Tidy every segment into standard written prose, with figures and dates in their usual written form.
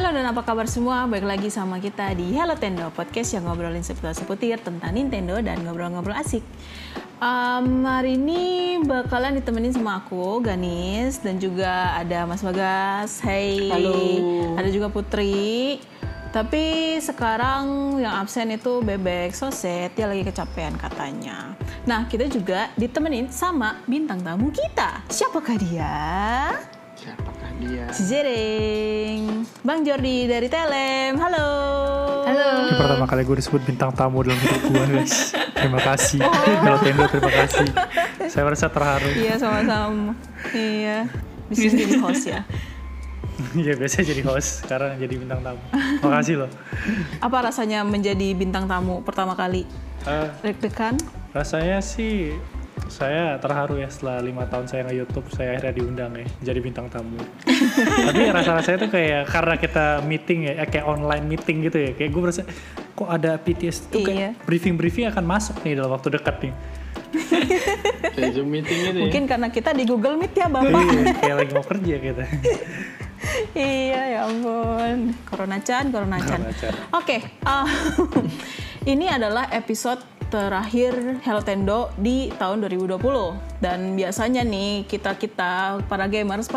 Halo dan apa kabar semua? Balik lagi sama kita di Hello Tendo, podcast yang ngobrolin seputar-seputar tentang Nintendo dan ngobrol-ngobrol asik. Hari ini bakalan ditemenin sama aku, Ganis, dan juga ada Mas Bagas. Hey. Halo. Ada juga Putri. Tapi sekarang yang absen itu Bebek Soset, dia lagi kecapean katanya. Nah, kita juga ditemenin sama bintang tamu kita. Siapakah dia? Siapakah dia? Si Jering, Bang Jordi dari Telem. Halo. Halo. Ini pertama kali gue disebut bintang tamu dalam hidup gue, guys. Terima kasih. Hello Tendo, terima kasih. Saya merasa terharu. Iya, sama-sama. Iya. Bisa jadi host ya. Iya, biasanya jadi host, sekarang jadi bintang tamu. Makasih loh. Apa rasanya menjadi bintang tamu pertama kali? Deg-degan? Rasanya sih saya terharu ya, setelah 5 tahun saya nge-YouTube, saya akhirnya diundang ya jadi bintang tamu. Tapi rasa-rasanya tuh kayak karena kita meeting ya, kayak online meeting gitu ya. Kayak gue merasa kok ada PTS tuh kayak briefing-briefing akan masuk nih dalam waktu dekat nih. Kayak Zoom meeting gitu ya. Mungkin karena kita di Google Meet ya, Bapak. Iya, kayak lagi mau kerja kita. Iya, ya ampun. Corona-chan. Oke, ini adalah episode terakhir Hello Tendo di tahun 2020. Dan biasanya nih kita para gamers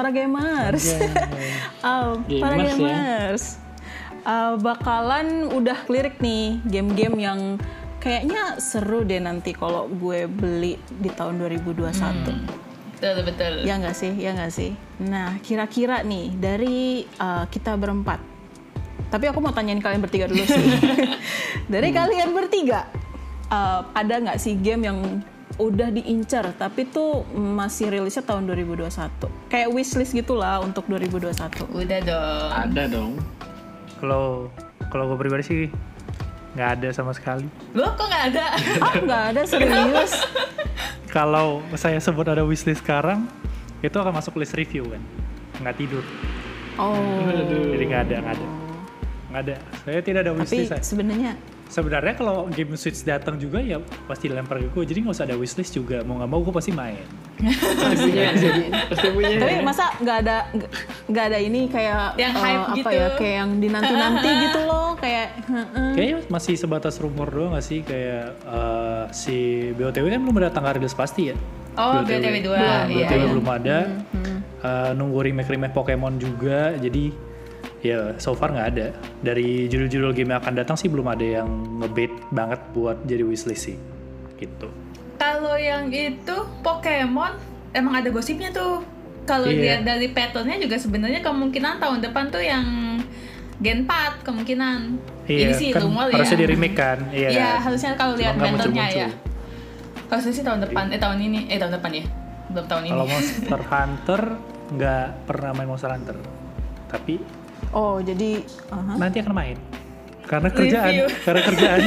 bakalan udah lirik nih game-game yang kayaknya seru deh nanti kalau gue beli di tahun 2021. Betul. Ya nggak sih? Nah, kira-kira nih dari kita berempat. Tapi aku mau tanyain kalian bertiga dulu sih. Dari kalian bertiga, ada nggak sih game yang udah diincar tapi tuh masih rilisnya tahun 2021? Kayak wishlist gitulah untuk 2021. Udah dong. Ada dong. Kalau gue pribadi sih nggak ada sama sekali. Loh, kok nggak ada? Oh, nggak ada, serius? Kalau saya sebut ada wishlist sekarang, itu akan masuk list review kan, nggak tidur. Oh. Jadi nggak ada. Saya tidak ada wishlist. Tapi sebenarnya kalau game Switch datang juga ya pasti dilempar ke gue, jadi nggak usah ada wishlist juga. Mau nggak mau gue pasti main. Pasti punya. Tapi masa nggak ada ini kayak yang hype apa gitu ya, kayak yang dinanti gitu loh, kayak kayaknya masih sebatas rumor doang nggak sih, kayak si BOTW kan belum ada tanggal rilis pasti ya. Oh, BOTW 2. BOTW belum ada. Nunggu remake Pokemon juga, jadi ya so far nggak ada. Dari judul-judul game yang akan datang sih belum ada yang ngebait banget buat jadi wishlist sih gitu. Kalau yang itu Pokemon emang ada gosipnya tuh. Kalau lihat dari patternnya juga sebenarnya kemungkinan tahun depan tuh yang Gen 4 kemungkinan. Ini sih kan rumor ya. harusnya di remake kan. Iya, harusnya kalau lihat patternnya ya. Harusnya sih tahun depan, tahun depan ya. Belum tahun ini. Kalau Monster Hunter nggak pernah main Monster Hunter, tapi jadi nanti akan main karena kerjaan.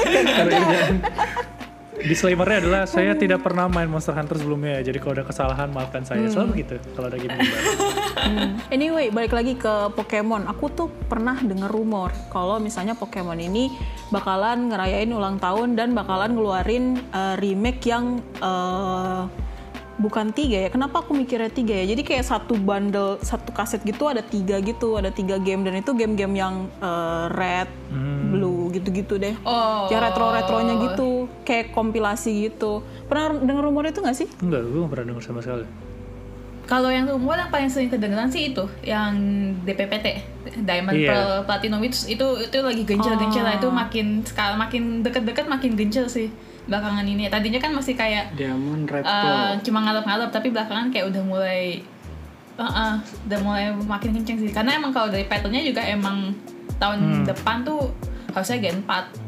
Disclaimer-nya adalah saya tidak pernah main Monster Hunter sebelumnya, jadi kalau ada kesalahan maafkan saya. Selalu begitu kalau ada game baru. Anyway, balik lagi ke Pokemon. Aku tuh pernah dengar rumor kalau misalnya Pokemon ini bakalan ngerayain ulang tahun dan bakalan ngeluarin remake yang bukan 3 ya. Kenapa aku mikirnya 3 ya? Jadi kayak satu bundle, satu kaset gitu ada 3 gitu, ada 3 game, dan itu game-game yang red, blue gitu-gitu deh. Yang retro-retronya gitu, kayak kompilasi gitu. Pernah dengar rumor itu nggak sih? Enggak, gue nggak pernah dengar sama sekali. Kalau yang rumor yang paling sering kedengeran sih itu yang DPPT, Diamond Pearl Platinum itu lagi gencar-gencar lah. Itu makin deket-deket makin gencar sih belakangan ini. Tadinya kan masih kayak Diamond Red Pearl. cuma ngalap-ngalap, tapi belakangan kayak udah mulai makin kenceng sih. Karena emang kalau dari patternnya juga emang tahun depan tuh harusnya Gen 4.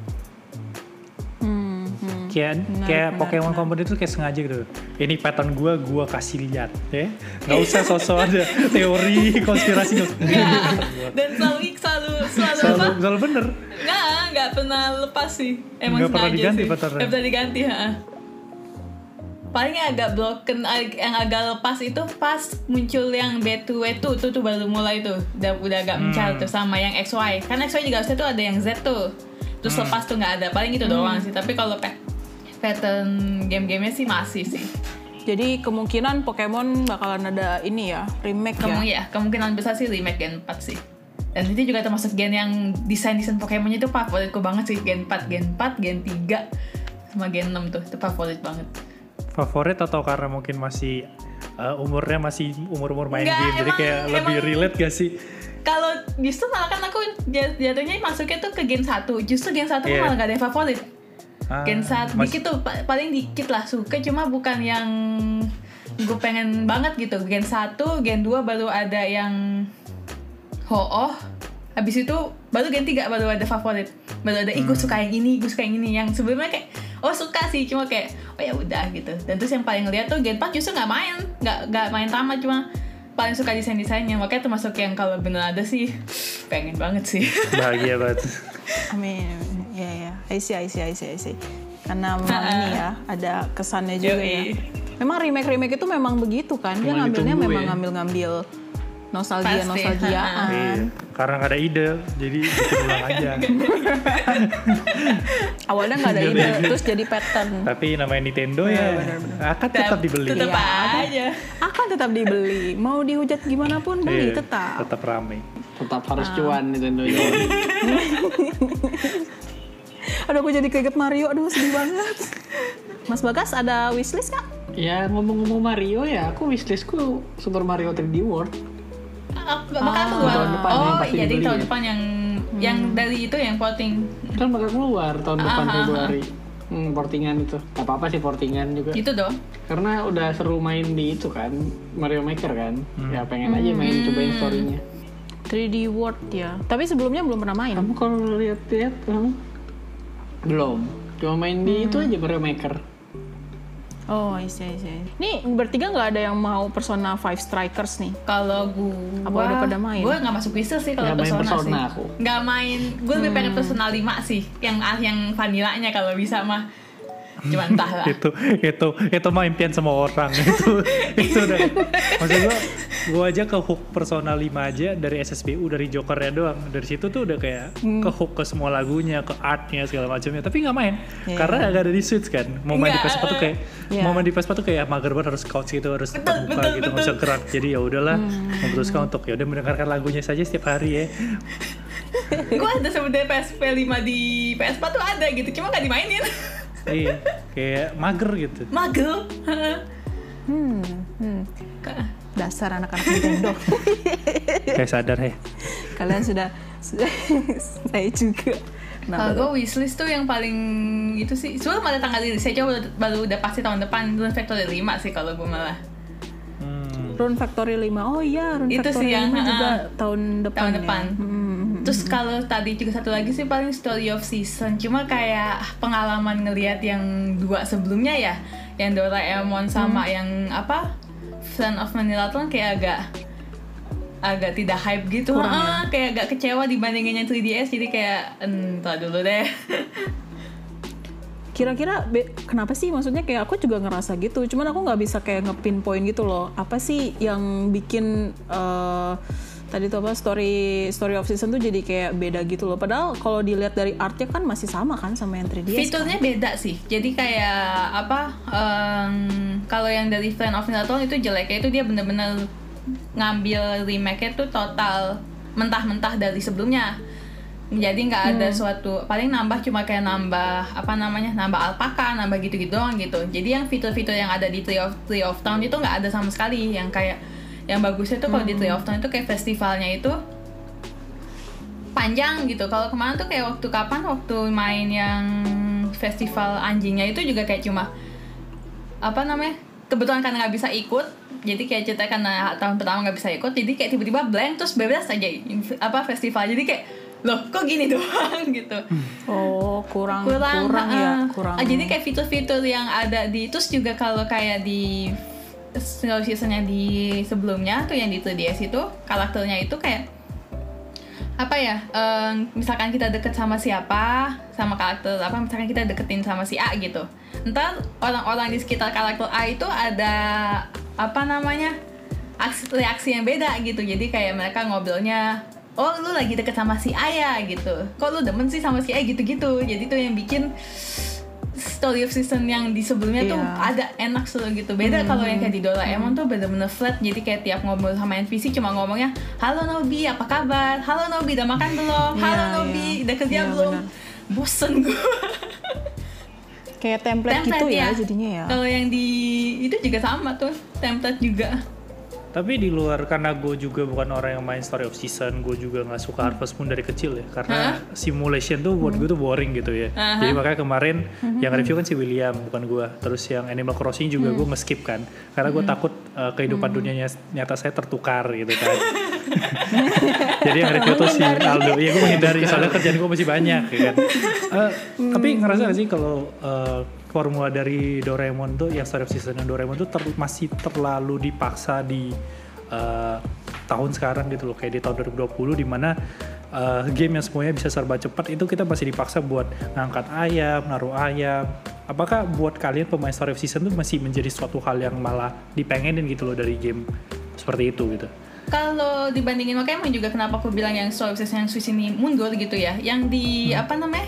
Kayak Pokemon Company itu kayak sengaja gitu. Ini pattern gue kasih lihat ya. Nggak usah sosok ada teori konspirasi. Dan selalu bener. Nggak pernah lepas sih. Emang nggak pernah diganti patternnya. Nggak pernah diganti. Paling agak broken, yang agak lepas itu pas muncul yang B2W2 tuh baru mulai tuh. Udah agak mencar tuh, sama yang XY. Karena XY juga harusnya tuh ada yang Z tuh. Terus lepas tuh nggak ada. Paling itu doang sih. Tapi kalau pattern game-gamenya sih masih sih. Jadi kemungkinan Pokemon bakalan ada ini ya, remake ya? Kemungkinan besar sih remake Gen 4 sih. Dan itu juga termasuk gen yang desain Pokemonnya itu favoritku banget sih. Gen 4, Gen 3, sama Gen 6 tuh. Itu favorit banget. Favorit atau karena mungkin masih umurnya masih umur main Nggak, game, jadi kayak lebih relate gak sih? Kalau justru malah kan aku jatuhnya masuknya tuh ke Gen 1. Justru Gen 1 malah gak ada yang favorit. Gen 1 dikit tuh, paling dikit lah suka, cuma bukan yang gue pengen banget gitu. Gen 1, Gen 2 baru ada yang Ho-Oh. Habis itu baru Gen 3 baru ada favorit. Baru ada gue suka yang ini, gue suka yang ini. Yang sebelumnya kayak suka sih, cuma kayak oh ya udah gitu. Dan terus yang paling ngeliat tuh Gen 4 justru nggak main tamat, cuma paling suka desainnya. Makanya termasuk yang kalau bener ada sih pengen banget sih. Bahagia banget. Amin. Ya. I see. Karena memang ini ya ada kesannya juga ya. Memang remake itu memang begitu kan. Dia ngambilnya memang ngambil nostalgiaan. Iya. Karena nggak ada ide, jadi bikin ulang aja. Awalnya nggak ada ide, terus jadi pattern. Tapi namanya Nintendo akan tetap dibeli. Tetap aja. Akan tetap dibeli. Mau dihujat gimana pun beli tetap. Tetap rame. Tetap harus cuan Nintendo. Aduh, aku jadi keinget Mario. Aduh, sedih banget. Mas Bagas ada wishlist Kak? Ya ngomong-ngomong Mario ya, aku wishlistku Super Mario 3D World. Maka aku tahun depan yang pasti jadi dibeli tahun ya. depan yang dari itu yang porting. Kan bakal keluar tahun depan Februari. Portingan itu. Gak apa-apa sih portingan juga. Itu dong. Karena udah seru main di itu kan, Mario Maker kan. Ya pengen aja main, cobain story-nya. 3D World ya. Tapi sebelumnya belum pernah main. Kamu kalau lihat kamu belum. Cuma main di itu aja Mario Maker. Oh, I see. Nih bertiga nggak ada yang mau Persona 5 Strikers nih? Kalau gue udah pada main? Gue nggak masuk wishlist sih kalau Nggak main Persona sih. aku. Nggak main. Gue lebih pengen Persona 5 sih, yang vanilanya kalau bisa mah. Cuma entah lah. itu mah impian semua orang. itu udah. Maksud gue aja ke hook Persona 5 aja dari SSBU, dari Jokernya doang. Dari situ tuh udah kayak ke hook ke semua lagunya, ke artnya segala macamnya. Tapi nggak main karena nggak ada di Switch kan. Mau main di PS4 tuh kayak mau main di PS4 tuh kayak mager banget, harus couch gitu, harus terbuka gitu, nggak bisa gerak. Jadi ya udahlah, memutuskan untuk ya udah mendengarkan lagunya saja setiap hari ya. Gue ada sebenarnya PSP 5 di PS4 tuh ada gitu, cuma nggak dimainin. Iya, kayak mager gitu. Mager. Dasar anak-anak Nintendo. Kayak sadar ya. Kalian sudah saya juga. Kalau gue wishlist tuh yang paling itu sih, sebelum ada tanggal rilis, saya coba baru udah pasti tahun depan Rune Factory 5 sih kalau gue malah. Rune Factory 5, oh iya Rune Itu Factory sih yang 5 juga tahun depan ya. Terus kalau tadi juga satu lagi sih paling Story of Season, cuma kayak pengalaman ngelihat yang 2 sebelumnya ya, yang Doraemon sama yang apa Friend of Manila tuh kayak agak tidak hype gitu. Kayak agak kecewa dibandingin yang 3DS, jadi kayak entar dulu deh. Kira-kira kenapa sih, maksudnya kayak aku juga ngerasa gitu, cuman aku nggak bisa kayak ngepinpoint gitu loh, apa sih yang bikin tadi tuh apa Story of Season tuh jadi kayak beda gitu loh, padahal kalau dilihat dari artnya kan masih sama kan sama yang 3DS. Fiturnya kan beda sih, jadi kayak apa kalau yang dari Friend of Manila itu jeleknya itu dia bener-bener ngambil remake-nya tuh total mentah-mentah dari sebelumnya. Jadi nggak ada suatu, paling nambah cuma kayak nambah alpaka, nambah gitu-gitu doang gitu. Jadi yang fitur-fitur yang ada di Tree of Town itu nggak ada sama sekali. Yang kayak yang bagusnya tuh kalau di Tree of Town itu kayak festivalnya itu panjang gitu. Kalau kemarin tuh kayak waktu main yang festival anjingnya itu juga kayak cuma kebetulan karena nggak bisa ikut, jadi kayak cerita karena tahun pertama nggak bisa ikut, jadi kayak tiba-tiba blank terus bebas aja festival, jadi kayak loh kok gini doang gitu. Oh kurang. Jadi kayak fitur-fitur yang ada di, terus juga kalau kayak di seasonnya di sebelumnya tuh yang di 3DS itu karakternya itu kayak misalkan kita deket sama siapa, sama karakter misalkan kita deketin sama si A gitu, ntar orang-orang di sekitar karakter A itu ada reaksi yang beda gitu. Jadi kayak mereka ngobrolnya, oh lu lagi deket sama si A ya gitu, kok lu demen sih sama si A gitu-gitu. Jadi tuh yang bikin story of season yang di sebelumnya tuh Iya. ada enak selalu gitu. Beda kalau yang kayak di Doraemon tuh bener-bener flat. Jadi kayak tiap ngobrol sama NPC cuma ngomongnya, halo Nobi, apa kabar? Halo Nobi, udah makan belum? Halo Iya, Nobi, iya. udah kerja Iya, belum? benar. Bosen gue. Kayak template gitu ya jadinya ya. Kalau yang di itu juga sama tuh, template juga. Tapi di luar, karena gue juga bukan orang yang main Story of Season, gue juga nggak suka Harvest Moon dari kecil ya, karena simulation tuh buat gue tuh boring gitu ya. Jadi makanya kemarin yang review kan si William, bukan gue. Terus yang Animal Crossing juga gue nge-skip kan, karena gue takut kehidupan dunia nyata saya tertukar gitu kan. Jadi yang review tuh si Aldo, ya gue menghindari soalnya kerjaan gue masih banyak ya kan. Tapi ngerasa gak sih kalau formula dari Doraemon tuh, yang Story of Season yang Doraemon tuh masih terlalu dipaksa di tahun sekarang gitu loh, kayak di tahun 2020 di mana game yang semuanya bisa serba cepat itu kita masih dipaksa buat ngangkat ayam, naruh ayam. Apakah buat kalian pemain Story of Season tuh masih menjadi suatu hal yang malah dipengenin gitu loh dari game seperti itu gitu? Kalau dibandingin, makanya emang juga kenapa aku bilang yang Story of Season yang Switch ini mundur gitu ya. Yang di apa namanya,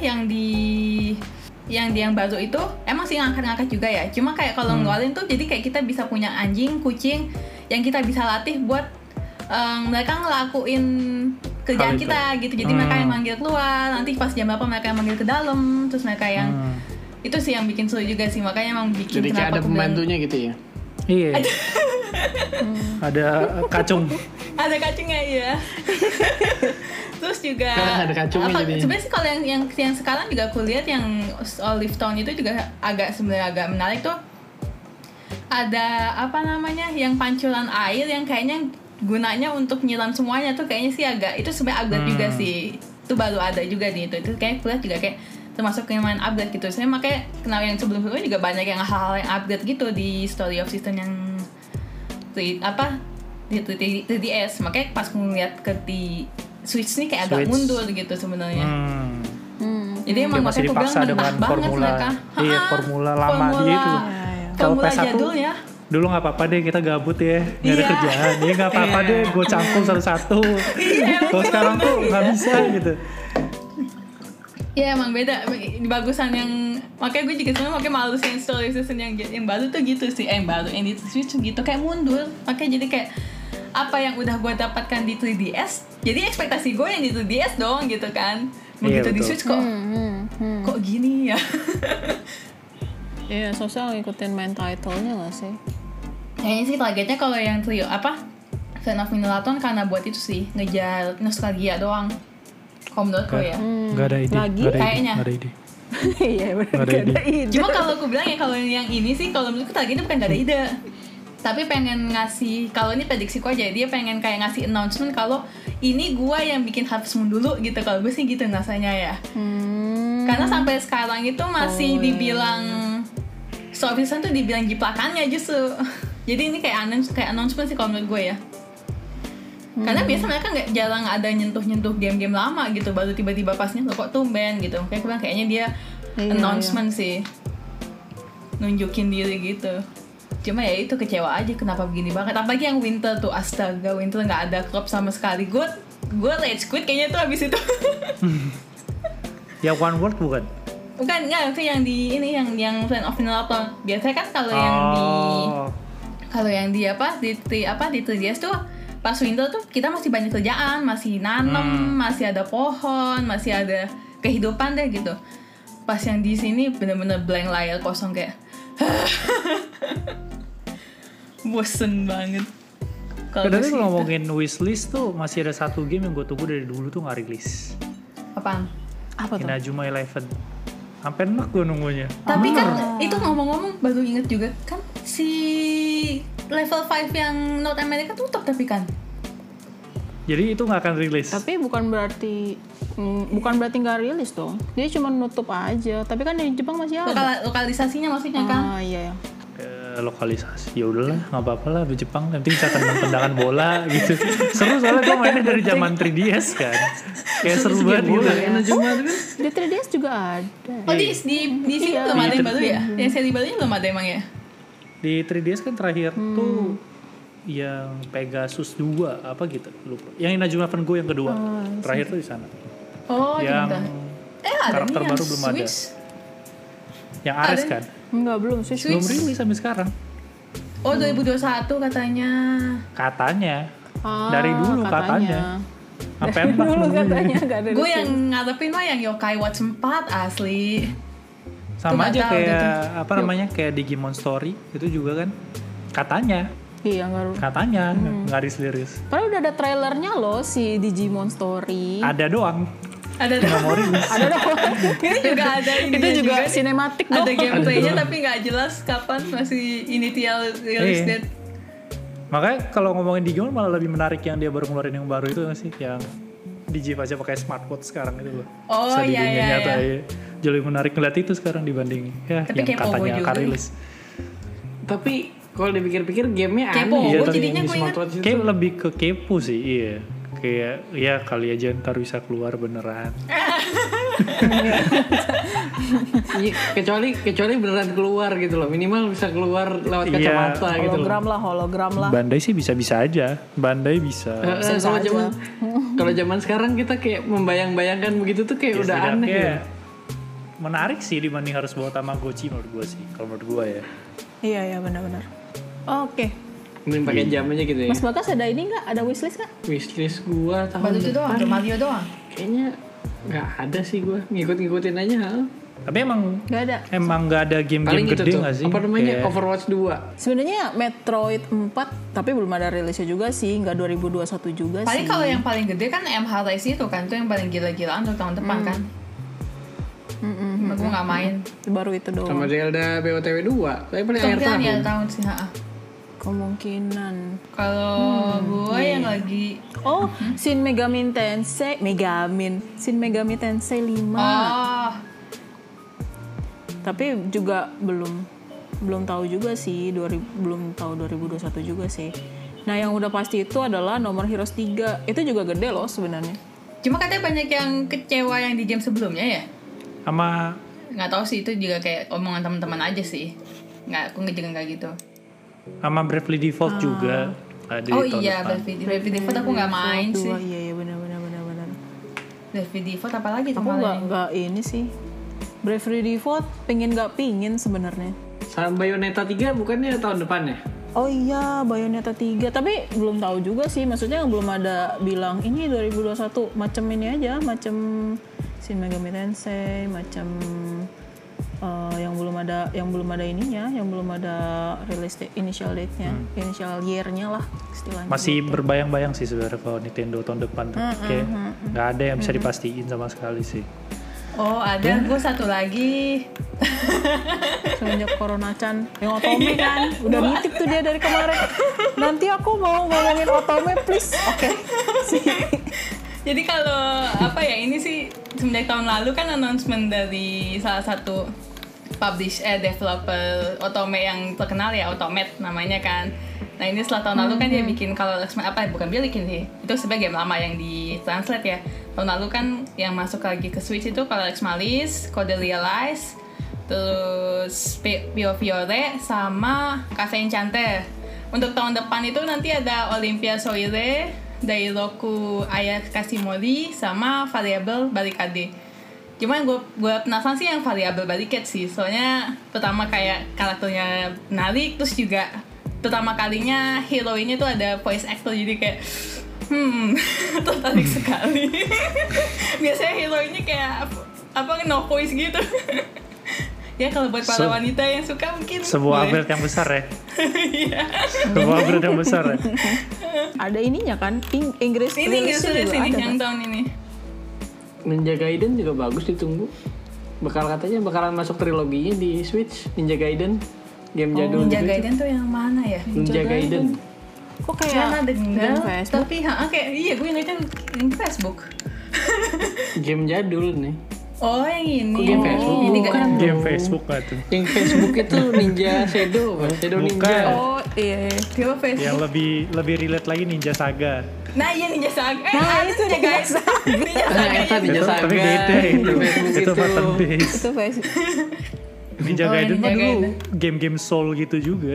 yang baru itu emang sih ngangkat-ngangkat juga ya. Cuma kayak kalau ngeluarin tuh jadi kayak kita bisa punya anjing, kucing yang kita bisa latih buat mereka ngelakuin kerjaan Hal itu. kita gitu. Jadi mereka yang manggil keluar, nanti pas jam berapa mereka yang manggil ke dalam, terus mereka yang itu sih yang bikin seru juga sih. Makanya emang bikin Jadi kayak kenapa ada aku bilang pembantunya gitu ya. Iya. Ada kacung. ada kacungnya ya. Terus juga Ada kacungnya jadinya. sebenarnya sih kalau yang sekarang juga aku lihat yang Olive Town itu juga sebenarnya agak menarik tuh. Ada apa namanya yang pancuran air yang kayaknya gunanya untuk nyiram semuanya tuh, kayaknya sih agak itu sebenarnya upgrade juga sih. Itu baru ada juga nih itu kayak kulihat juga kayak termasuk yang main upgrade gitu. Saya makanya kenal yang sebelum-sebelumnya juga banyak yang hal-hal yang upgrade gitu di Story of Season yang di 3DS. Makanya pas ngeliat ke di Switch nih kayak agak Switch. mundur gitu sebenarnya. Jadi Dia emang masih makanya aku bilang dipaksa mentah dengan banget formula, mereka. iya formula lama dia itu. Kalau Formula PS1 jadul ya. dulu nggak apa-apa deh kita gabut ya, nggak ada Iya. kerjaan, ya nggak apa-apa deh gue cangkul satu-satu. Kalau sekarang tuh nggak bisa gitu. Ya emang beda bagusan yang makanya gue juga sebenarnya makanya malu sih Story Season yang baru tuh gitu sih yang baru yang di Switch tuh gitu kayak mundur, makanya jadi kayak apa yang udah gue dapatkan di 3DS jadi ekspektasi gue yang di 3DS dong gitu kan, begitu Iya, di betul. Switch kok gini ya. Iya, sosial ngikutin main title-nya gak sih? Kayaknya sih targetnya kalau yang trio apa Fan of Minolaton karena buat itu sih ngejar nostalgia doang. Kalau menurutku ya. Nggak ada ide, Lagi? nggak ada ide, Kayaknya. nggak ada ide. Iya, benar. Nggak ada ide. Cuma kalau aku bilang ya kalau yang ini sih kalau menurutku targetnya bukan gak ada ide. Tapi pengen ngasih, kalau ini prediksiku aja, dia pengen kayak ngasih announcement kalau ini gua yang bikin Harvest Moon dulu gitu. Kalau gue sih gitu rasanya ya. Karena sampai sekarang itu masih dibilang Story Season tuh dibilang jiplakannya justru. Jadi ini kayak announcement sih kalau menurut gue ya. Karena biasa mereka nggak jarang ada nyentuh game-game lama gitu, baru tiba-tiba pasnya kok tumben gitu. Kayak gue bilang kayaknya dia Iya, announcement sih, nunjukin diri gitu. Cuma ya itu kecewa aja kenapa begini banget. Apalagi yang Winter tuh, astaga Winter nggak ada klub sama sekali. Gue rage quit kayaknya tuh abis itu. Ya One World bukan? Bukan, nggak itu yang di ini yang Plan of Minolaton. Biasanya kan kalau yang di 3DS tuh pas winter tuh kita masih banyak kerjaan, masih nanam, masih ada pohon, masih ada kehidupan deh gitu. Pas yang di sini bener-bener blank layar kosong kayak bosen banget. Tapi sih kalau itu. ngomongin wishlist tuh masih ada satu game yang gue tunggu dari dulu tuh nggak rilis. Apaan? Apa tuh? Inazuma 11. Sampai enak gue nunggunya. Tapi kan itu ngomong-ngomong baru inget juga kan si level 5 yang North America tutup tapi kan. Jadi itu nggak akan rilis. Tapi bukan berarti nggak rilis dong. Dia cuma nutup aja. Tapi kan di Jepang masih ada. Lokalisasinya maksudnya kan. Iya ya. Lokalisasi ya udahlah nggak apa-apa lah di Jepang nanti bisa tendangan bola gitu. Seru soalnya gue mainnya dari zaman 3DS kan. Kayak seru banget gitu. Inazuma tuh kan. Di 3DS juga ada. Oh di sini Iya. belum ada yang baru ya? Iya. Yang seri barunya belum ada emang ya? Di 3DS kan terakhir tuh yang Pegasus 2 apa gitu lupa. Yang Inazuma Eleven Go yang kedua. Terakhir tuh di sana. Oh Yang gitu. Ada karakter nih yang baru belum ada. Switch. Yang Ares Ada. kan? Enggak, belum sih. Belum rilis sampai sekarang. Oh 2021 katanya. Katanya. Ah, Dari dulu katanya. Sampai entah Dulu nungguin. katanya nggak ada. Gue yang ngadepin mah yang Yokai Watch 4 asli. Sama Tuh, aja nggak tahu kayak gitu. apa namanya kayak Digimon Story itu juga kan katanya Iya, nggak rilis. Padahal udah ada trailernya loh si Digimon Story. Ada doang. Ada Nggak mau rilis. Ada dong. Ini juga ada ini Itu juga nih. sinematik dong. Ada gameplaynya tapi nggak jelas kapan masih initial release Iya. date. Makanya kalau ngomongin Digimon malah lebih menarik yang dia baru ngeluarin yang baru itu nggak sih yang Digi aja pakai smartwatch sekarang itu loh. Oh, Bisa di iya, dunia iya, nyata iya. ya. Jauh lebih menarik ngeliat itu sekarang dibanding ya Tapi yang kayak Pogo katanya juga akan ya. rilis. Tapi kalau dipikir-pikir gamenya Kepo, aneh. Iya, gue tapi jadinya di gue ingat. smartwatch itu. Kayak lebih ke kepo sih, iya. Kayak ya kali aja ntar bisa keluar beneran. Iya, kecuali beneran keluar gitu loh. Minimal bisa keluar lewat Iya, kacamata gitu loh. Hologram lah. Bandai sih bisa-bisa aja. Bandai bisa. Bisa-bisa Kalau aja. zaman sekarang kita kayak membayang-bayangkan begitu tuh kayak Ya, udah aneh setidaknya gitu. menarik sih dibanding harus bawa Tamagotchi menurut gue sih. Kalau menurut gue ya. Iya, benar-benar. Oke. Mending pakai jam aja gitu ya. Mas Bagas ada ini nggak? Ada wishlist nggak? Wishlist gua tahun Baru itu doang, depan Mario doang. kayaknya nggak ada sih gua. Ngikut-ngikutin aja. Tapi emang Nggak ada. nggak ada Paling game-game itu gede tuh. nggak sih? Apa namanya? Kayak- Overwatch 2. Sebenarnya Metroid 4 tapi belum ada rilisnya juga sih, nggak 2021 juga Paling sih. kalau yang paling gede kan MH Rise itu kan tuh yang paling gila-gilaan untuk tahun depan kan. Gue nggak main. Baru itu doang. Sama Zelda BOTW 2. Tapi paling akhir Kemungkinan tahun. ya tahun sih. Kemungkinan. Kalau gue yang lagi Oh, Shin Megami Tensei 5. oh Tapi juga belum tahu juga sih, belum tahu 2021 juga sih. Nah, yang udah pasti itu adalah Nomor Heroes 3. Itu juga gede loh sebenarnya. cuma katanya banyak yang kecewa yang di game sebelumnya ya. sama Nggak tahu sih, itu juga kayak omongan teman-teman aja sih. Aku juga nggak gitu. Bravely Default juga ada di Oh tahun iya, depan. Bravely Default aku nggak main Dua, sih. Iya benar. Bravely Default apa lagi tuh Aku malah? nggak ini sih. Bravely Default nggak pingin sebenarnya. Sama Bayonetta 3 bukannya tahun depan ya? Oh iya, Bayonetta 3. Tapi belum tahu juga sih. Maksudnya belum ada bilang ini 2021. Macam ini aja, macam Shin Megami Tensei, macam yang belum ada ininya, yang belum ada release initial date-nya, initial year-nya lah istilahnya. Masih berbayang-bayang sih sebenarnya kalau Nintendo tahun depan tuh. Kayak nggak ada yang bisa dipastiin sama sekali sih. Oh ada, gue satu lagi. Semenjak Corona-chan yang Otome kan udah nitip tuh dia dari kemarin. Nanti aku mau ngomongin Otome please. Oke. Jadi kalau apa ya, ini sih semenjak tahun lalu kan announcement dari salah satu developer Otome yang terkenal ya, Automate namanya kan. Nah ini setelah tahun lalu kan dia bikin kalau bukan dia bikin sih, itu sebagai game lama yang di translate ya. Tahun lalu kan yang masuk lagi ke Switch itu kalau Alex Malis, Code Realize, terus Pio Fiore sama Cafe Enchanter. Untuk tahun depan itu nanti ada Olympia Soire, Dairoku Aya Kashimori, sama Variable Barricade. Cuman gue penasaran sih yang Variable Barricade sih, soalnya pertama kayak karakternya menarik, terus juga pertama kalinya hero-nya tuh ada voice actor, jadi kayak tertarik sekali. Biasanya hero-nya kayak no voice gitu. Ya kalau buat para wanita yang suka mungkin Sebuah boleh. upgrade yang besar ya. Iya. Sebuah upgrade yang besar ya. Ada ininya kan, Inggris Ini nggak release-nya sudah juga sini ada yang kan? tahun ini. Ninja Gaiden juga bagus ditunggu. Katanya bakalan masuk triloginya di Switch. Ninja Gaiden, game jadul Ninja gitu. Gaiden tuh yang mana ya? Ninja Gaiden. Kok Karena kayak dengar, game Facebook? tapi kayak iya gue ingetnya yang Facebook. Game jadul nih. Oh yang ini. Kok game Facebook? Ini Bukan. Game Facebook nggak tuh? Yang Facebook itu Ninja Shadow, Shadow Ninja. Bukan. Oh iya. Game Facebook. Yang lebih relate lagi Ninja Saga. Nah iya Ninja Saga. Nah, ada itu Ninja Ninja Gaiden. Ninja Nah, Saga itu itu. Ninja Saga. Tapi beda itu. Di Facebook Itu button base. Itu Facebook. Ninja Oh, Gaiden Ninja mah dulu Gaiden. game-game soul gitu juga.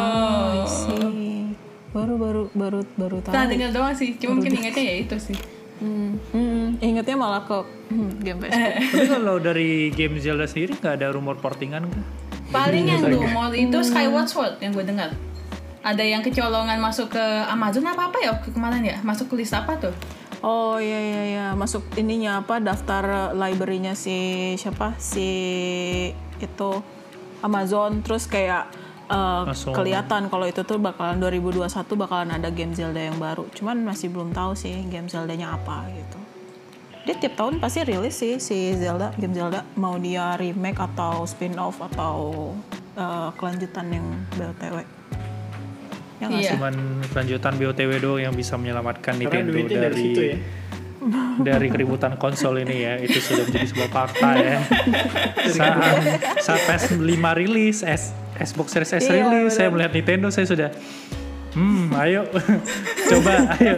I see. Baru tahu. Nah dengar doang sih, cuma mungkin ingetnya ya itu sih. Ingatnya malah ke game PSP. Tapi kalau dari game Zelda sendiri nggak ada rumor portingan kah? Paling yang rumor itu Skyward Sword yang gue dengar. Ada yang kecolongan masuk ke Amazon apa ya kemarin ya? Masuk ke list apa tuh? Oh iya, masuk ininya apa daftar library-nya si siapa? Si itu Amazon, terus kayak kelihatan kalau itu tuh bakalan 2021 bakalan ada game Zelda yang baru. Cuman masih belum tahu sih game Zelda-nya apa gitu. Dia tiap tahun pasti rilis sih si Zelda, game Zelda, mau dia remake atau spin-off atau kelanjutan yang BOTW. Ya nggak sih? Cuman kelanjutan BOTW doang yang bisa menyelamatkan Nintendo dari situ ya. dari keributan konsol ini ya. Itu sudah menjadi sebuah fakta ya. Saat PS5 rilis, Xbox Series S rilis, saya melihat Nintendo, saya sudah ayo coba ayo.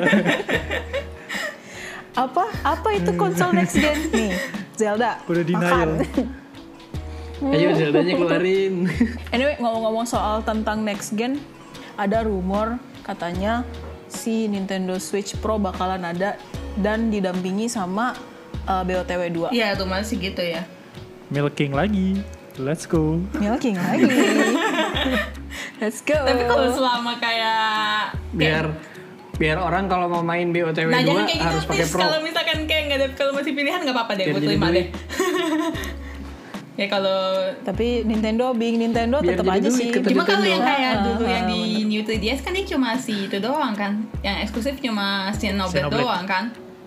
Apa itu konsol next gen nih? Zelda. Udah denial. Ayo Zeldanya keluarin. Anyway, ngomong-ngomong soal tentang next gen, ada rumor katanya si Nintendo Switch Pro bakalan ada dan didampingi sama BOTW 2. Iya, tuh masih gitu ya. Milking lagi. Let's go. Milking lagi. Let's go. Tapi kalau selama kayak biar orang kalau mau main BOTW 2 jangan kayak gitu, harus pakai Pro. Kalau misalkan kayak nggak ada, kalau masih pilihan nggak apa-apa deh, Biar gue jadi terima duit. deh. Ya kalau Tapi Nintendo Biar tetap jadi aja duit, sih. kata cuma kalau Nintendo. yang kayak dulu yang di New 3DS kan dia cuma si itu doang kan, yang eksklusif cuma Xenoblade Xenoblade. doang kan.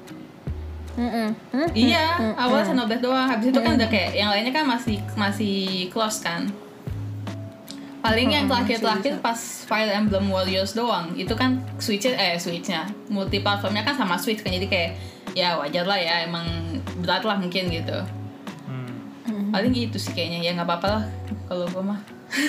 Iya, awalnya Xenoblade doang, habis itu kan udah kayak yang lainnya kan masih close kan. Paling yang terakhir pas Fire Emblem Warriors doang, itu kan Switch-nya multi-platformnya kan sama Switch kan, jadi kayak ya wajar lah ya, emang berat lah mungkin gitu. Paling gitu sih kayaknya, ya nggak apa-apa lah kalau gue mah.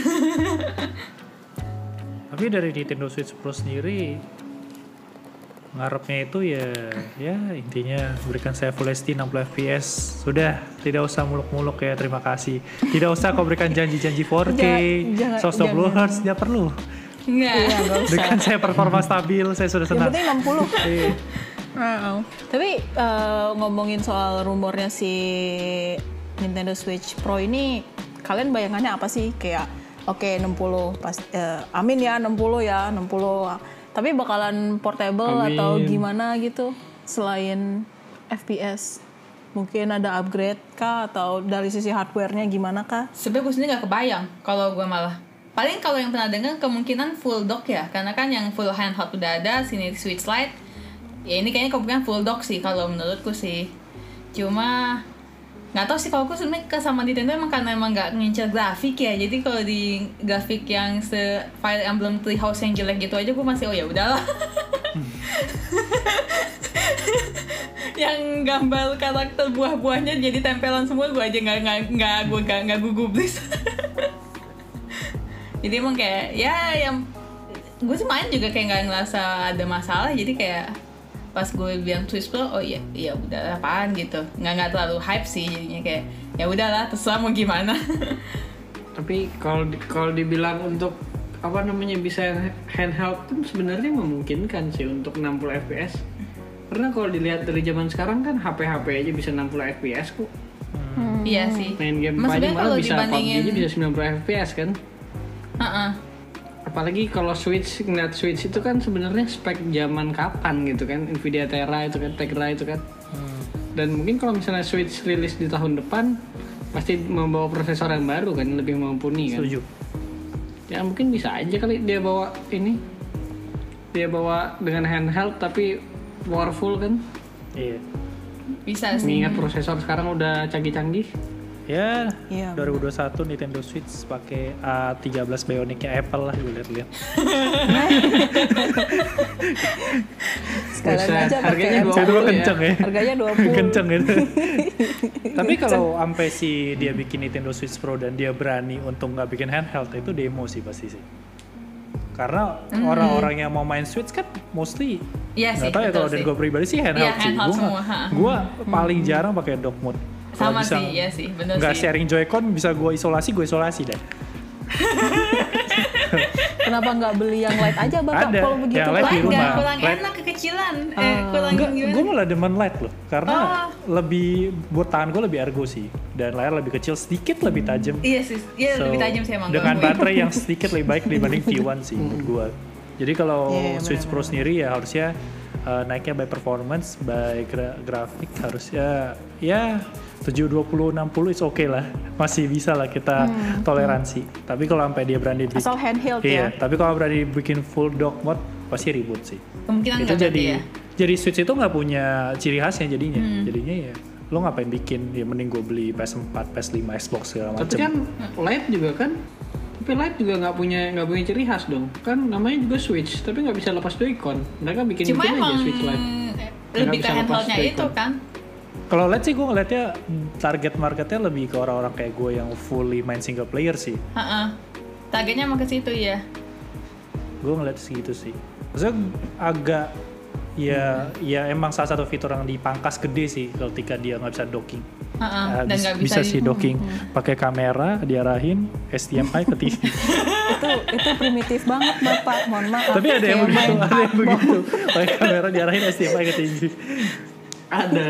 Tapi dari Nintendo Switch Pro sendiri ngarepnya itu ya intinya berikan saya Full HD 60 fps, sudah, tidak usah muluk-muluk ya, terima kasih. Tidak usah kau berikan janji-janji 4K 120 Hz, tidak perlu. Nggak. Iya, nggak usah. Berikan saya performa stabil, saya sudah Yang senang. penting 60. Tapi ngomongin soal rumornya si Nintendo Switch Pro ini, kalian bayangannya apa sih? Kayak oke 60 pas amin ya 60 ya 60. Tapi bakalan portable Amin. atau gimana gitu selain FPS? Mungkin ada upgrade kah atau dari sisi hardware-nya gimana kah? Sebenarnya gue sendiri nggak kebayang kalau gue malah. Paling kalau yang pernah dengar kemungkinan full dock ya, karena kan yang full handheld udah ada, sini Switch Lite. Ya ini kayaknya kemungkinan full dock sih kalau menurutku sih. Cuma nggak tahu sih, kalau aku sebenarnya sama Nintendo emang karena emang nggak ngincer grafik ya, jadi kalau di grafik yang Fire Emblem Three House yang jelek gitu aja gue masih ya udahlah. Yang gambar karakter buah-buahnya jadi tempelan semua gue aja nggak gubris. Jadi emang kayak ya yang gue sih main juga kayak nggak ngerasa ada masalah, jadi kayak pas gue bilang Switch Pro, oh iya udah apaan gitu, nggak terlalu hype sih, jadinya kayak ya udahlah terserah mau gimana. Tapi kalau dibilang untuk apa namanya bisa handheld pun sebenarnya memungkinkan sih untuk 60 fps. Karena kalau dilihat dari zaman sekarang kan HP aja bisa 60 fps kok. Iya sih. Main game Mas, aja sebenarnya malah kalau bisa PUBG dibandingin- aja bisa 90 fps kan. Apalagi kalau ngeliat Switch itu kan sebenarnya spek zaman kapan gitu kan, Nvidia Tegra itu kan, Dan mungkin kalau misalnya Switch rilis di tahun depan pasti membawa prosesor yang baru kan, lebih mumpuni kan. Setuju. Ya mungkin bisa aja kali dia bawa dengan handheld tapi powerful kan. Iya. Bisa sih. Mengingat prosesor sekarang udah canggih-canggih. Ya, Iya, 2021 Nintendo Switch pakai A13 Bionic-nya Apple lah, gue lihat-lihat. Sekalian Buset, aja pakai harganya Apple. 20 20 ya. kenceng ya. Harganya 20. Kenceng gitu. Tapi kalau sampai si dia bikin Nintendo Switch Pro dan dia berani untuk nggak bikin handheld, itu demo sih pasti sih. Karena orang-orang yang mau main Switch kan mostly Iya sih. nggak tahu ya, betul kalau dari sih. gue pribadi sih handheld Iya, sih. handheld semua, ha. Gue paling jarang pakai dock mode. Kalau Sama bisa sih, iya sih, bener nggak sih. sharing Joy-Con, bisa gue isolasi dah. Kenapa nggak beli yang light aja Bapak Ada, kalau begitu? yang light di Light rumah. nggak kurang Light. enak kekecilan. Kurang Enggak, gimana? gue malah demen light loh, karena lebih buat tangan gue lebih ergo sih, dan layar lebih kecil, sedikit lebih tajam. Iya sih, iya lebih tajam sih emang. Dengan gua akuin. baterai yang sedikit lebih baik dibanding V1 sih menurut gue. Jadi kalau Iya, Switch Pro sendiri ya harusnya naiknya by performance, by grafik harusnya ya 720 60 is okay lah, masih bisa lah kita toleransi. Tapi kalau sampai dia berani bikin, Asal handheld iya, ya. tapi kalau berani bikin full dock mode pasti ribut sih. Kemungkinan Itu nggak jadi berarti ya. jadi Switch itu nggak punya ciri khasnya jadinya. Jadinya ya lo ngapain bikin, ya mending gue beli PS4, PS5, Xbox segala macam. Tapi kan Lite juga kan, tapi Lite juga nggak punya ciri khas dong. Kan namanya juga Switch, tapi nggak bisa lepas Joy-Con. Mereka bikin Cuma aja emang Switch Lite. lebih ke bisa lepas handheldnya Joy-Con. itu kan. Kalau Lite sih gue ngeliatnya target marketnya lebih ke orang-orang kayak gue yang fully main single player sih. Heeh. Targetnya emang ke situ ya. Gue ngeliat segitu sih. Maksudnya agak ya emang salah satu fitur yang dipangkas gede sih ketika dia nggak bisa docking. Heeh. Ya, Dan nggak bisa, sih docking pakai kamera diarahin HDMI ke TV. itu primitif banget Bapak, mohon maaf. Tapi ada yang Kayak begitu, main ada yang begitu. Pakai kamera diarahin HDMI ke TV. Ada.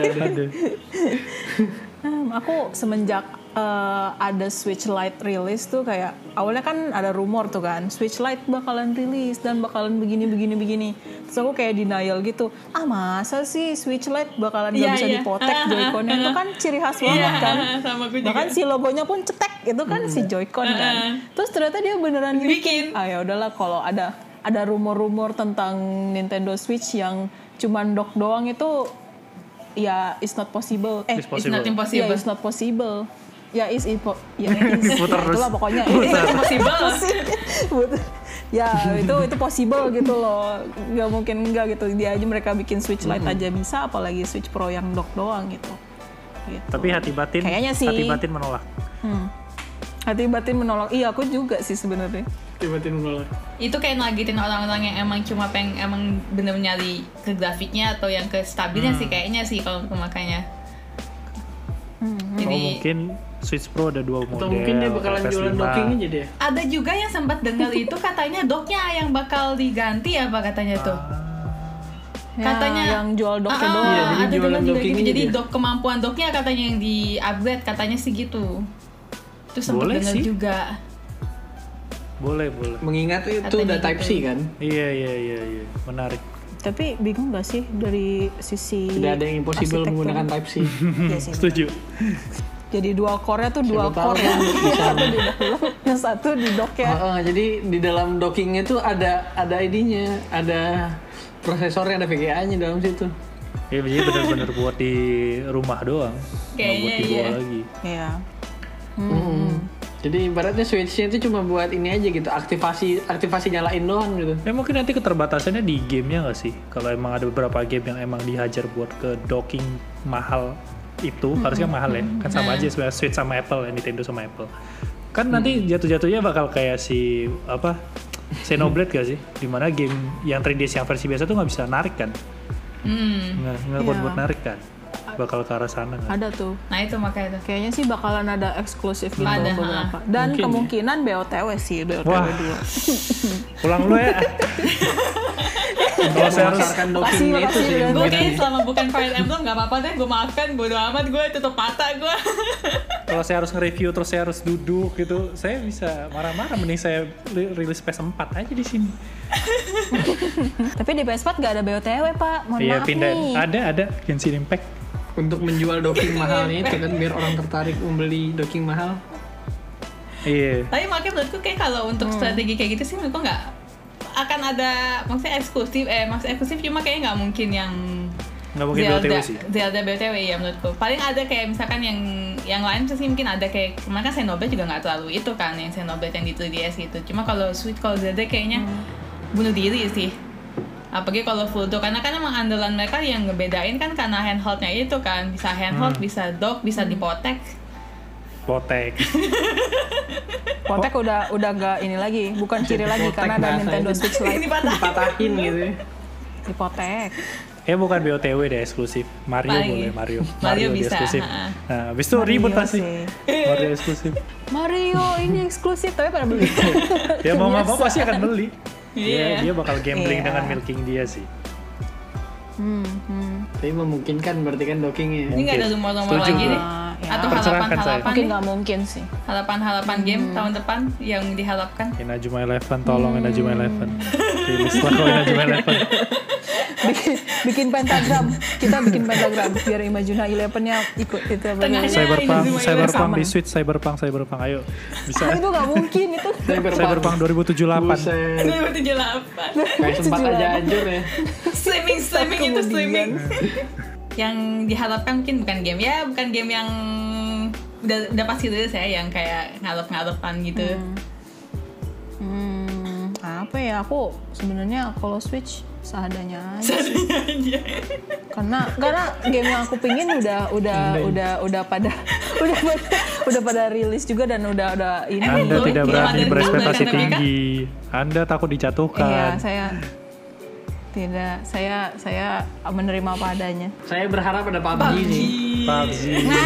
Aku semenjak ada Switch Lite rilis tuh kayak awalnya kan ada rumor tuh kan Switch Lite bakalan rilis dan bakalan begini. Terus aku kayak denial gitu. Masa sih Switch Lite bakalan nggak bisa dipotek Joy-Con? Itu kan ciri khas banget kan. Sama gue juga. Bahkan si logonya pun cetek itu kan si Joy-Con kan. Terus ternyata dia beneran Bikin. Ya udahlah kalau ada rumor-rumor tentang Nintendo Switch yang cuman dock doang itu ya it's not possible. It's It's not possible. impossible. Ya, it's not possible. Ya, Diputer terus. itulah pokoknya. Putar. Possible. Ya, itu possible gitu loh. Gak mungkin enggak gitu. Dia aja mereka bikin Switch Lite aja bisa, apalagi Switch Pro yang dock doang gitu. Tapi hati batin, Kayaknya sih. hati batin menolak. Hati batin menolak. Iya, aku juga sih sebenarnya. Tiba-tiba menolak. Itu kayak ngagetin orang-orang yang emang cuma emang bener nyari ke grafiknya atau yang ke stabilnya sih kayaknya sih kalau makanya. Oh mungkin Switch Pro ada 2 model. Atau mungkin dia bakalan PS5. jualan docking aja dia. Ada juga yang sempat dengar itu katanya docknya yang bakal diganti apa katanya tuh. Katanya yang jual docknya doang. Iya, jadi ada jualan dengar juga docking gitu. Jadi aja. dock kemampuan docknya katanya yang di upgrade katanya sih gitu. Itu sempat Boleh dengar sih. juga. Boleh. Mengingat itu Katanya udah Type C gitu. kan. Iya. Menarik. Tapi bingung gak sih dari sisi Tidak ada yang impossible arsitektur? menggunakan Type C. Iya sih. Setuju. Jadi 2 core-nya tuh 2 Siapa tahu core ya. kan bisa. Yang satu di dalam, yang satu di dock ya. Jadi di dalam dockingnya tuh ada ID-nya, ada prosesornya, ada VGA-nya dalam situ. Ya jadi benar-benar buat di rumah doang. Nggak Kayaknya buat dibawa iya. lagi. Iya. Jadi ibaratnya Switch-nya itu cuma buat ini aja gitu, aktivasi nyalain doang gitu. Ya mungkin nanti keterbatasannya di gamenya nggak sih? Kalau emang ada beberapa game yang emang dihajar buat ke docking mahal itu, harusnya mahal ya. Kan sama aja sebenarnya Switch sama Apple, ya, Nintendo sama Apple. Kan nanti jatuh-jatuhnya bakal kayak si Xenoblade gak sih? Dimana game yang 3DS yang versi biasa tuh nggak bisa narik kan? Nggak buat narik kan? Bakal ke arah sana kan? Ada tuh. Nah itu makanya tuh. Kayaknya sih bakalan ada eksklusif gitu Ada, beberapa. Dan Mungkin kemungkinan BOTW sih, BOTW Wah. dulu. Pulang lu ya. Kalau saya harus Memasarkan dockingnya itu Makasih, sih. makasih, Gue mungkin kayaknya nanti. selama bukan Fire Emblem gak apa-apa deh, gue maafkan, bodo amat gue tutup mata gue. Kalau saya harus nge-review terus saya harus duduk gitu, saya bisa marah-marah. Mending saya rilis PS4 aja di sini. Tapi di PS4 gak ada BOTW, Pak. Mohon Iya, maaf pindah. nih. Ada Genshin Impact. Untuk menjual docking mahalnya itu kan biar orang tertarik membeli docking mahal. Iya. Tapi makanya menurutku kayak kalau untuk strategi kayak gitu sih menurutku nggak akan ada maksudnya eksklusif cuma kayaknya nggak mungkin yang Nggak mungkin BOTW sih. Zelda BOTW ya menurutku. Paling ada kayak misalkan yang lain sih mungkin ada kayak kemarin kan Xenoblade juga nggak terlalu itu kan yang Xenoblade yang di 3DS gitu. Cuma kalau Switch kalau Zelda kayaknya bunuh diri sih. Apalagi kalau full dock karena kan emang andalan mereka yang ngebedain kan karena handheldnya itu kan bisa handheld, bisa dock, bisa dipotek. Potek. Potek udah gak ini lagi, bukan ciri lagi Potek karena ada bahasa Nintendo itu. Switch Lite. Ini patah. Dipatahin gitu ya. Dipotek. bukan BOTW deh eksklusif. Mario Paling. boleh, Mario. Mario dia bisa, eksklusif. ha-ha. Nah, habis itu Mario ribut pasti. sih. Mario eksklusif. Mario ini eksklusif tapi pada beli. Ya mau nggak mau pasti akan beli. Iya. Dia bakal gambling Iya. dengan milking dia sih. Tapi memungkinkan berarti kan dockingnya. Ini nggak ada rumor-rumor Setuju lagi gue. nih. Ya. Atau Percerahkan saya. harapan-harapan Mungkin nih. nggak mungkin sih. Harapan-harapan game tahun depan yang diharapkan. Inazuma Eleven, tolong Inazuma Eleven. Rilis lah kalau Inazuma Eleven. bikin pentagram. Kita bikin pentagram biar Imagina 11-nya ikut itu apa Tengahnya. Cyberpunk Inazuma di Switch, Cyberpunk, ayo. Bisa. itu nggak mungkin itu. Cyberpunk 2078. Buset. 2078. Kayak sempat aja hancur ya. Streaming itu streaming. Yang diharapkan mungkin bukan game ya, bukan game yang udah pasti rilis ya, yang kayak ngarep-ngarepan gitu. Apa ya, aku sebenarnya kalau Switch seadanya aja sih. karena game yang aku pingin udah pada rilis juga dan udah ini. Anda Belum, tidak belum berani ada berekspektasi bulan tinggi. Anda takut Iya, dijatuhkan. saya menerima apa adanya. Saya berharap ada PUBG nih. PUBG.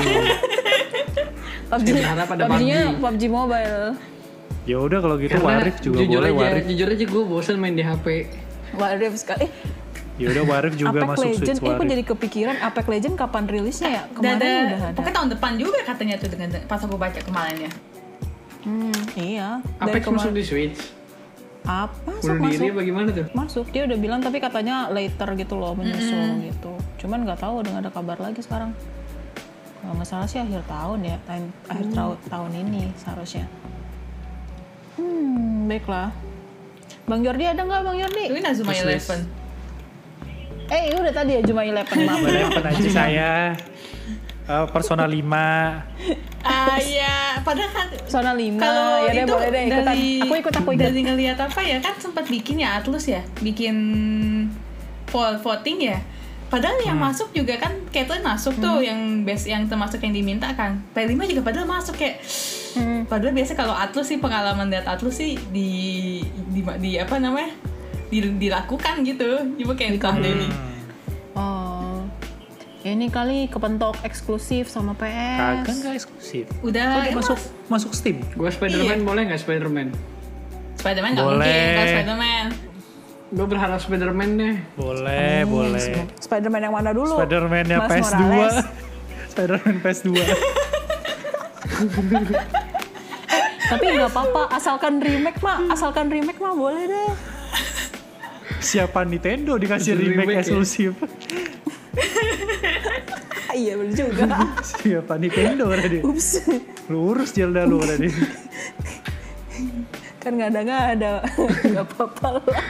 PUBG, berharap ada PUBG-nya PUBG Mobile. Ya udah kalau gitu Karena Warif juga jujur boleh aja, Warif. Jujur aja gue bosan main di HP. Warif sekali. Ya udah Warif juga Apex masuk Legend, Switch aku Warif. jadi kepikiran Apex Legend kapan rilisnya ya? Kemarin udah ada. Pokoknya tahun depan juga katanya tuh dengan pas aku baca kemarin ya. Iya. Apex masuk di Switch. Apa? Bunuh diri Masuk. bagaimana tuh? Masuk. Dia udah bilang tapi katanya later gitu loh, menyusul gitu. Cuman nggak tahu udah nggak ada kabar lagi sekarang. Kalau nggak salah sih akhir tahun ya, akhir tahun ini seharusnya. Baiklah. Bang Jordi ada nggak Bang Jordi? Itu Inazuma Wishlist. 11. Udah tadi ya Juma 11 maaf. Eleven aja saya. Persona 5. Iya, padahal kan Persona 5. kalau Ya deh itu boleh deh ikutan. dari Aku ikut. dari ngelihat apa ya, kan sempat bikin ya Atlus ya, bikin voting ya. Padahal yang masuk juga kan Caitlyn masuk tuh, yang best, yang termasuk yang diminta kan. P5 juga padahal masuk kayak. Padahal biasa kalau Atlus sih, pengalaman lihat Atlus sih di apa namanya? Dilakukan gitu. Coba kayak di Oh. Ini kali kepentok eksklusif sama PS. Kagak nggak eksklusif. Udah Kok emang masuk Steam. Gue Spider-Man boleh nggak Spider-Man? Spider-Man nggak Boleh. mungkin kalau Spider-Man. Gue berharap Spider-Man deh. Boleh, boleh. Spider-Man yang mana dulu? Spider-Man-nya Miles PS2. Morales. Spider-Man PS2. Tapi nggak apa-apa, asalkan remake mah boleh deh. Siapa Nintendo dikasih Remake remake ya? eksklusif? Iya bener juga. Siapa Nintendo ada dia? Ups, Lu urus Zelda lu ada dia. kan nggak ada, nggak apa-apa lah.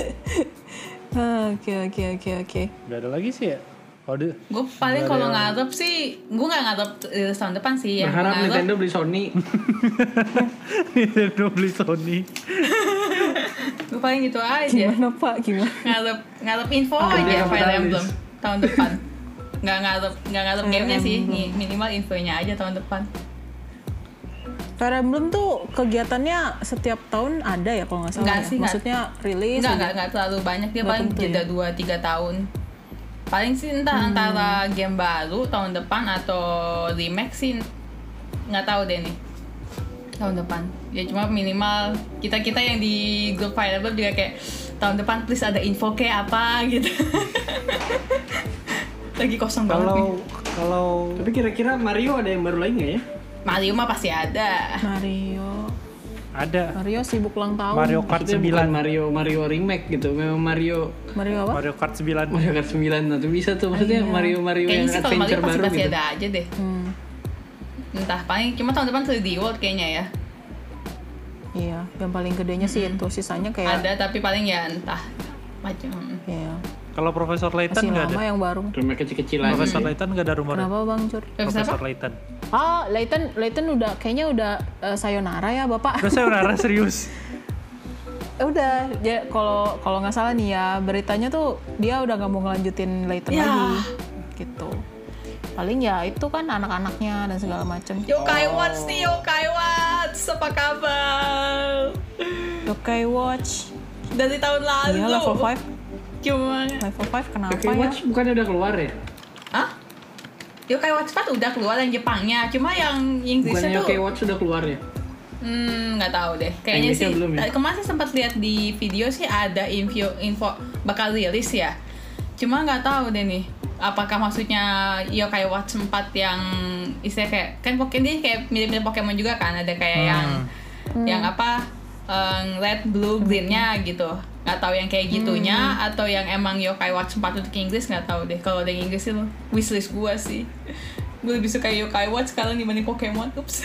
Oke. Gak ada lagi sih ya? Gue Gue paling kalau ngarep sih, gue nggak ngarep tahun depan sih. Yang Berharap ngarep, Nintendo beli Sony. Nintendo beli Sony. gue paling gitu aja. Gimana Pak? Gimana? Ngarep info dia aja Fire kapitalis. Emblem tahun depan. Nggak ngarep gamenya sih, minimal infonya aja tahun depan. Fire Emblem tuh kegiatannya setiap tahun ada ya kalau nggak salah. Nggak Ya? sih, nggak. Maksudnya rilis. aja. Nggak terlalu banyak, dia Nggak paling tentu jeda ya? 2-3 tahun. Paling sih antara game baru tahun depan atau remake sih nggak tahu deh nih tahun depan. Ya cuma minimal kita yang di grup Fire Emblem juga kayak tahun depan please ada info kayak apa gitu. Lagi kosong banget nih. Kalau Tapi kira-kira Mario ada yang baru lagi nggak ya? Mario mah pasti ada. ada Mario sibuk ulang tahun. Mario Kart Maksudnya bukan 9. Mario remake gitu. Memang Mario Apa? Mario Kart 9. Mario Kart 9 nah, tuh bisa tuh. Maksudnya Mario Kayaknya yang sih kalau Mario adventure baru pasti gitu. ada aja deh. Entah, paling cuma tahun depan 3D World kayaknya ya. Iya, yang paling gedenya sih itu. Sisanya kayak Ada tapi paling ya entah macam. ya, Kalau Profesor Layton masih nggak ada. lama yang baru. Remake kecil-kecilan. Profesor Layton nggak ada rumornya. Kenapa Bang Cur? Profesor Layton. Layton udah kayaknya udah sayonara ya Bapak. Udah saya udah serius. Udah, ya kalau nggak salah nih ya beritanya tuh dia udah nggak mau ngelanjutin Layton Ya. lagi, gitu. Paling ya itu kan anak-anaknya dan segala macem. Yokai Watch nih, Yokai Watch, apa kabar? Yokai Watch, Dari tahun lalu. iya level 5. Cuma Level 5 kenapa Yokai ya? Watch bukannya udah keluar ya? Hah? Yokai Watch 4 udah keluar yang Jepangnya, cuma yang Bukannya Inggrisnya Yokai tuh Watch sudah keluar ya? nggak tahu deh. Kayaknya Inggrisnya sih belum ya? kemarin sih sempat lihat di video sih ada info bakal rilis ya. Cuma nggak tahu deh nih. Apakah maksudnya Yokai Watch 4 yang istilahnya kayak kan Pokemon dia kayak mirip-mirip Pokemon juga kan, ada kayak yang apa red, blue, green-nya gitu. Nggak tahu yang kayak gitunya atau yang emang Yokai Watch 4 untuk Inggris, nggak tahu deh. Kalau ada yang Inggris sih wishlist gua sih. Gue lebih suka Yokai Watch sekarang dibanding Pokemon. Ups.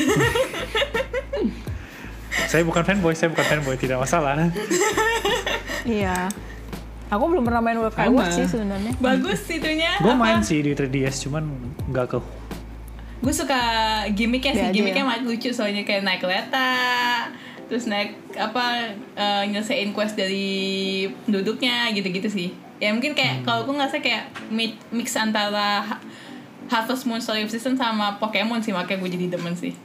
Saya bukan fanboy, tidak masalah. Iya. Aku belum pernah main Yokai Sama. Watch sih sebenarnya. Bagus itunya. Gue apa? main sih di 3DS, cuman nggak ke. Gue suka gimmicknya Dia sih, aja gimmicknya ya? lucu soalnya kayak naik kereta, terus naik nyelesain quest dari penduduknya gitu-gitu sih. Ya mungkin kayak kalau gue ngerasa kayak mix antara Harvest Moon Story of Season sama Pokemon sih, makanya gue jadi demen sih.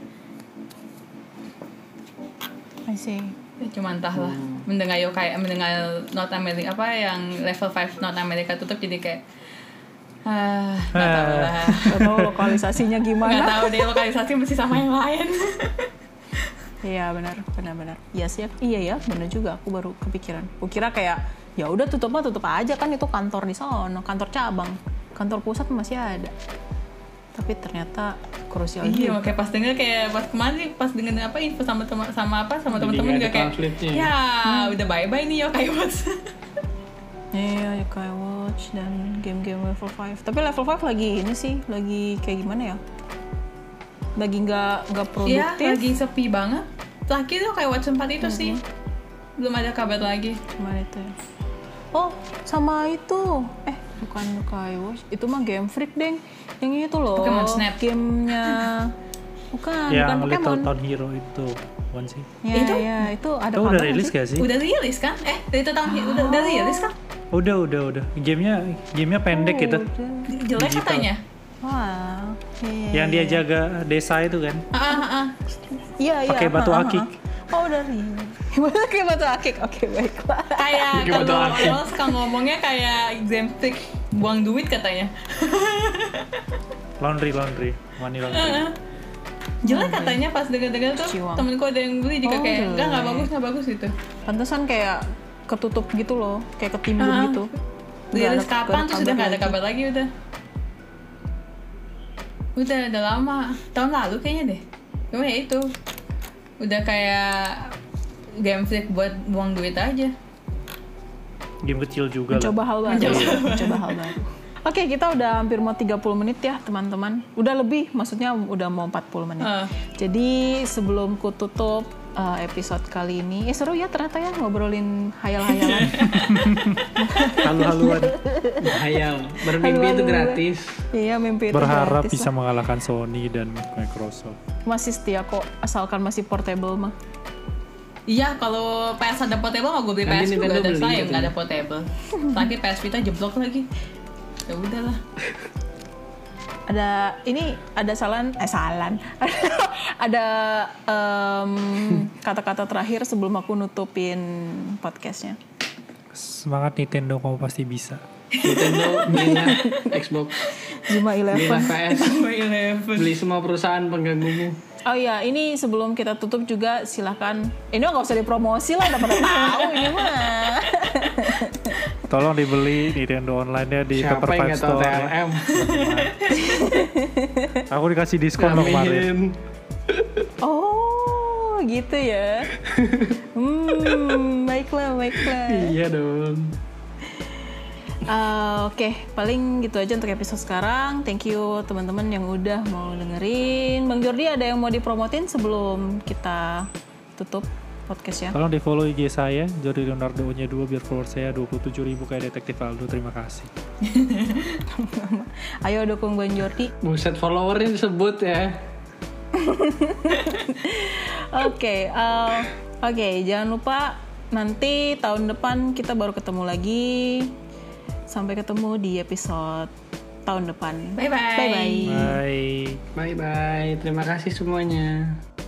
I see. Ya, cuma entahlah, mendengar North America apa yang level 5 North America tutup jadi kayak nggak tahu lah. Gak tahu lokalisasinya Nggak gimana. tahu deh lokalisasi masih sama yang lain. Iya benar. Iya sih, iya ya, benar juga. Aku baru kepikiran. Aku kira kayak ya udah tutup aja kan, itu kantor di sono, kantor cabang, kantor pusat masih ada. Tapi ternyata krusial Iya, juga. makanya pas denger kayak pas kemarin pas denger apa info sama teman-teman juga ada kayak konfliknya. ya udah bye-bye nih Yokai Watch. Iya, Yokai Watch dan game-game level 5. Tapi level 5 lagi ini sih, lagi kayak gimana ya? Lagi nggak Iya, produktif. lagi sepi banget. Terakhir Yokai Watch 4 itu sih. Belum ada kabar lagi. Kemarin itu ya. Oh, sama itu. Bukan Yokai Watch. Itu mah Game Freak, Deng. Yang itu loh. Pokemon Snap. Gamenya. Bukan Yang Pokemon. Little Town Hero itu, one sih. Ya, Itu? ya, itu ada Itu udah kabar nggak rilis sih? gak sih? Udah rilis kan? Itu tahun udah rilis kan? Udah. Gamenya pendek gitu. Udah. Jelek Digital. katanya. Wah. Iya, Yang dia iya. jaga desa itu kan. Iya, iya. pakai batu akik. Oh, udah rilis. Pakai batu akik. Oke, baiklah. Kayak Gimana kalau tuh, orang suka ngomongnya kayak game freak buang duit katanya. Money laundry. Jelek katanya pas dengar-dengar tuh Ciwang. temenku ada yang beli juga Oh, kayak jelek. nggak bagus gitu. Pantesan kayak ketutup gitu loh, kayak ketimbun gitu. Rilis Nggak ada- kapan terus udah nggak ada lagi. kabar lagi udah. Udah lama, tahun lalu kayaknya deh. Cuma ya itu udah kayak game freak buat buang duit aja. Game kecil juga lah. Mencoba hal baru. Mencoba hal baru. Oke, kita udah hampir mau 30 menit ya, teman-teman. Udah lebih, maksudnya udah mau 40 menit. Jadi, sebelum ku tutup episode kali ini, seru ya ternyata ya ngobrolin hayal-hayalan. Halu-haluan. Hayal, bermimpi itu gratis. Iya, mimpi itu Berharap gratis bisa lah. mengalahkan Sony dan Microsoft. Masih setia kok, asalkan masih portable mah. Iya, kalau PS ada portable mau gue beli Nanti PS juga Nintendo ada beli sayang gitu. nggak ada portable. Terakhir PS Vita jeblok lagi. Ya udahlah. Ada salan. Ada kata-kata terakhir sebelum aku nutupin podcastnya. Semangat Nintendo, kamu pasti bisa. Nintendo, belilah Xbox, Zuma belilah 11. PS, beli semua perusahaan pengganggumu. Oh iya, ini sebelum kita tutup juga silahkan. Ini nggak usah dipromosi lah, udah pada tahu ini mah. Tolong dibeli Nintendo online-nya di Siapa Pepper yang Five nggak tahu Store. Ya. TLM? Aku dikasih diskon loh kemarin. Amin. Oh, gitu ya. Baiklah. Iya dong. Oke, paling gitu aja untuk episode sekarang. Thank you teman-teman yang udah mau dengerin. Bang Jordi, ada yang mau dipromotin sebelum kita tutup podcastnya? Tolong di follow IG saya, Jordi Leonardo nya 2 biar follower saya 27.000 kayak Detektif Aldo. Terima kasih. Ayo dukung Bang Jordi. Buset, followernya disebut ya. Oke, jangan lupa nanti tahun depan kita baru ketemu lagi. Sampai ketemu di episode tahun depan. Bye-bye. Bye-bye. Bye. Bye bye. Terima kasih semuanya.